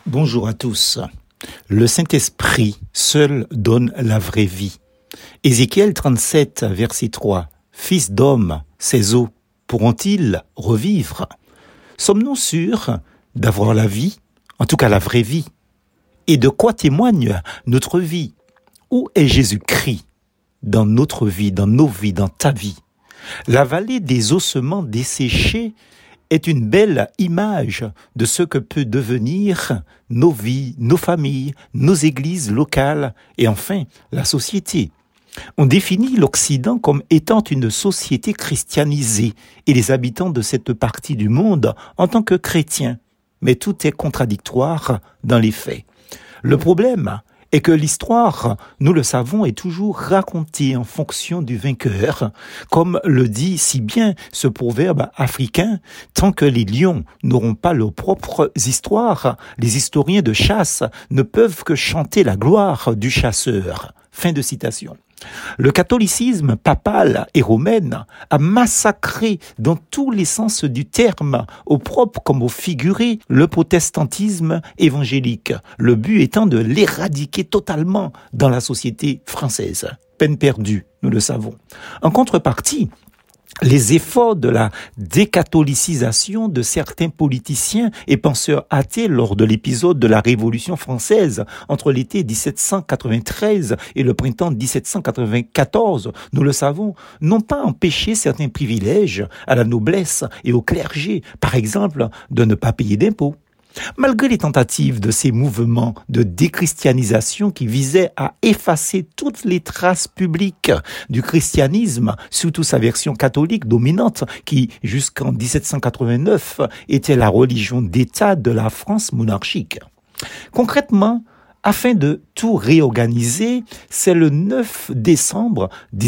Bonjour à tous. Le Saint-Esprit seul donne la vraie vie. Ézéchiel 37, verset 3. Fils d'homme, ces eaux pourront-ils revivre? Sommes-nous sûrs d'avoir la vie, en tout cas la vraie vie? Et de quoi témoigne notre vie? Où est Jésus-Christ dans notre vie, dans nos vies, dans ta vie? La vallée des ossements desséchés est une belle image de ce que peut devenir nos vies, nos familles, nos églises locales et enfin la société. On définit l'Occident comme étant une société christianisée et les habitants de cette partie du monde en tant que chrétiens. Mais tout est contradictoire dans les faits. Le problème est que l'histoire, nous le savons, est toujours racontée en fonction du vainqueur, comme le dit si bien ce proverbe africain, tant que les lions n'auront pas leurs propres histoires, les historiens de chasse ne peuvent que chanter la gloire du chasseur. Fin de citation. Le catholicisme papal et romain a massacré dans tous les sens du terme, au propre comme au figuré, le protestantisme évangélique, le but étant de l'éradiquer totalement dans la société française. Peine perdue, nous le savons. En contrepartie, les efforts de la décatholicisation de certains politiciens et penseurs athées lors de l'épisode de la Révolution française entre l'été 1793 et le printemps 1794, nous le savons, n'ont pas empêché certains privilèges à la noblesse et au clergé, par exemple, de ne pas payer d'impôts. Malgré les tentatives de ces mouvements de déchristianisation qui visaient à effacer toutes les traces publiques du christianisme, surtout sa version catholique dominante, qui jusqu'en 1789 était la religion d'État de la France monarchique. Concrètement, afin de tout réorganiser, c'est le 9 décembre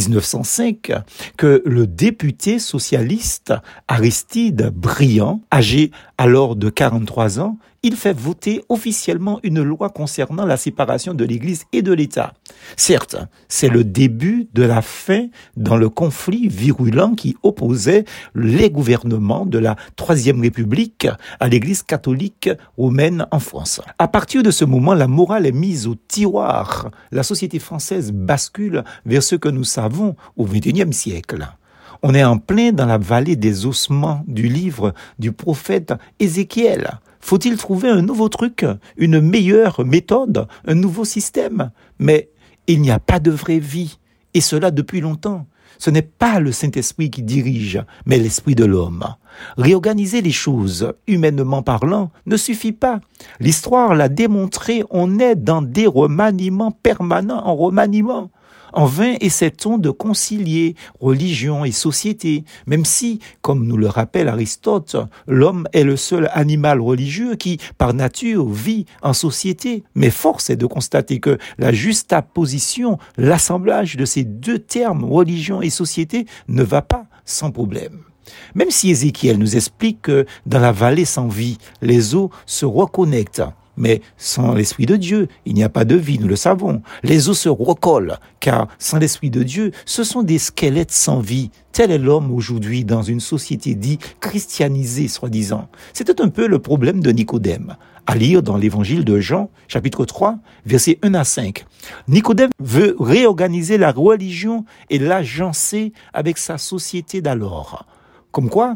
1905 que le député socialiste Aristide Briand, âgé alors de 43 ans, il fait voter officiellement une loi concernant la séparation de l'Église et de l'État. Certes, c'est le début de la fin dans le conflit virulent qui opposait les gouvernements de la Troisième République à l'Église catholique romaine en France. À partir de ce moment, la morale est mise au tiroir. La société française bascule vers ce que nous savons au XXIe siècle. On est en plein dans la vallée des ossements du livre du prophète Ézéchiel. Faut-il trouver un nouveau truc, une meilleure méthode, un nouveau système? Mais il n'y a pas de vraie vie, et cela depuis longtemps. Ce n'est pas le Saint-Esprit qui dirige, mais l'esprit de l'homme. Réorganiser les choses, humainement parlant, ne suffit pas. L'histoire l'a démontré, on est dans des remaniements permanents en remaniement. En vain essaie-t-on de concilier religion et société, même si, comme nous le rappelle Aristote, l'homme est le seul animal religieux qui, par nature, vit en société. Mais force est de constater que la juxtaposition, l'assemblage de ces deux termes, religion et société, ne va pas sans problème. Même si Ézéchiel nous explique que dans la vallée sans vie, les eaux se reconnectent. Mais sans l'Esprit de Dieu, il n'y a pas de vie, nous le savons. Les os se recollent, car sans l'Esprit de Dieu, ce sont des squelettes sans vie. Tel est l'homme aujourd'hui dans une société dite christianisée, soi-disant. C'était un peu le problème de Nicodème. À lire dans l'évangile de Jean, chapitre 3, versets 1 à 5. Nicodème veut réorganiser la religion et l'agencer avec sa société d'alors. Comme quoi,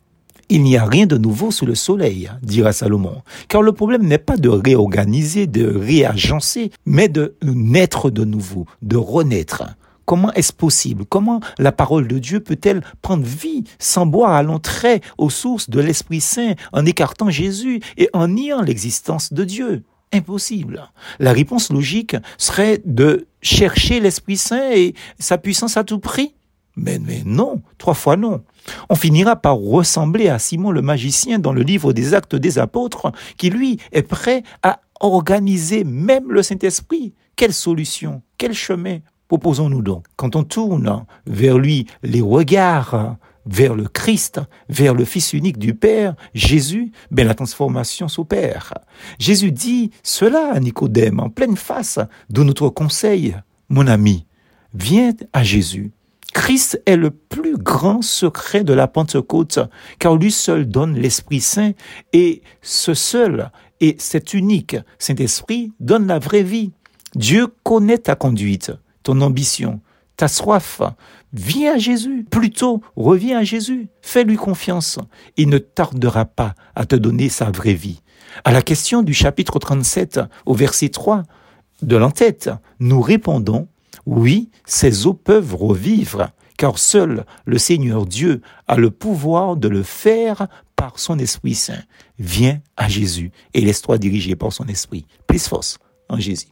il n'y a rien de nouveau sous le soleil, dira Salomon. Car le problème n'est pas de réorganiser, de réagencer, mais de naître de nouveau, de renaître. Comment est-ce possible? Comment la parole de Dieu peut-elle prendre vie sans boire à l'entrée aux sources de l'Esprit Saint en écartant Jésus et en niant l'existence de Dieu? Impossible. La réponse logique serait de chercher l'Esprit Saint et sa puissance à tout prix. Mais non, 3 fois non. On finira par ressembler à Simon le magicien dans le livre des Actes des Apôtres, qui lui est prêt à organiser même le Saint-Esprit. Quelle solution, quel chemin proposons-nous donc? Quand on tourne vers lui les regards, vers le Christ, vers le Fils unique du Père, Jésus, la transformation s'opère. Jésus dit cela à Nicodème en pleine face, d'où notre conseil, mon ami, viens à Jésus. Christ est le plus grand secret de la Pentecôte, car lui seul donne l'Esprit Saint, et ce seul et cet unique Saint-Esprit donne la vraie vie. Dieu connaît ta conduite, ton ambition, ta soif. Viens à Jésus, plutôt reviens à Jésus, fais-lui confiance. Il ne tardera pas à te donner sa vraie vie. À la question du chapitre 37, au verset 3 de l'entête, nous répondons: oui, ces eaux peuvent revivre, car seul le Seigneur Dieu a le pouvoir de le faire par son Esprit Saint. Viens à Jésus et laisse-toi diriger par son Esprit. Plus force en Jésus.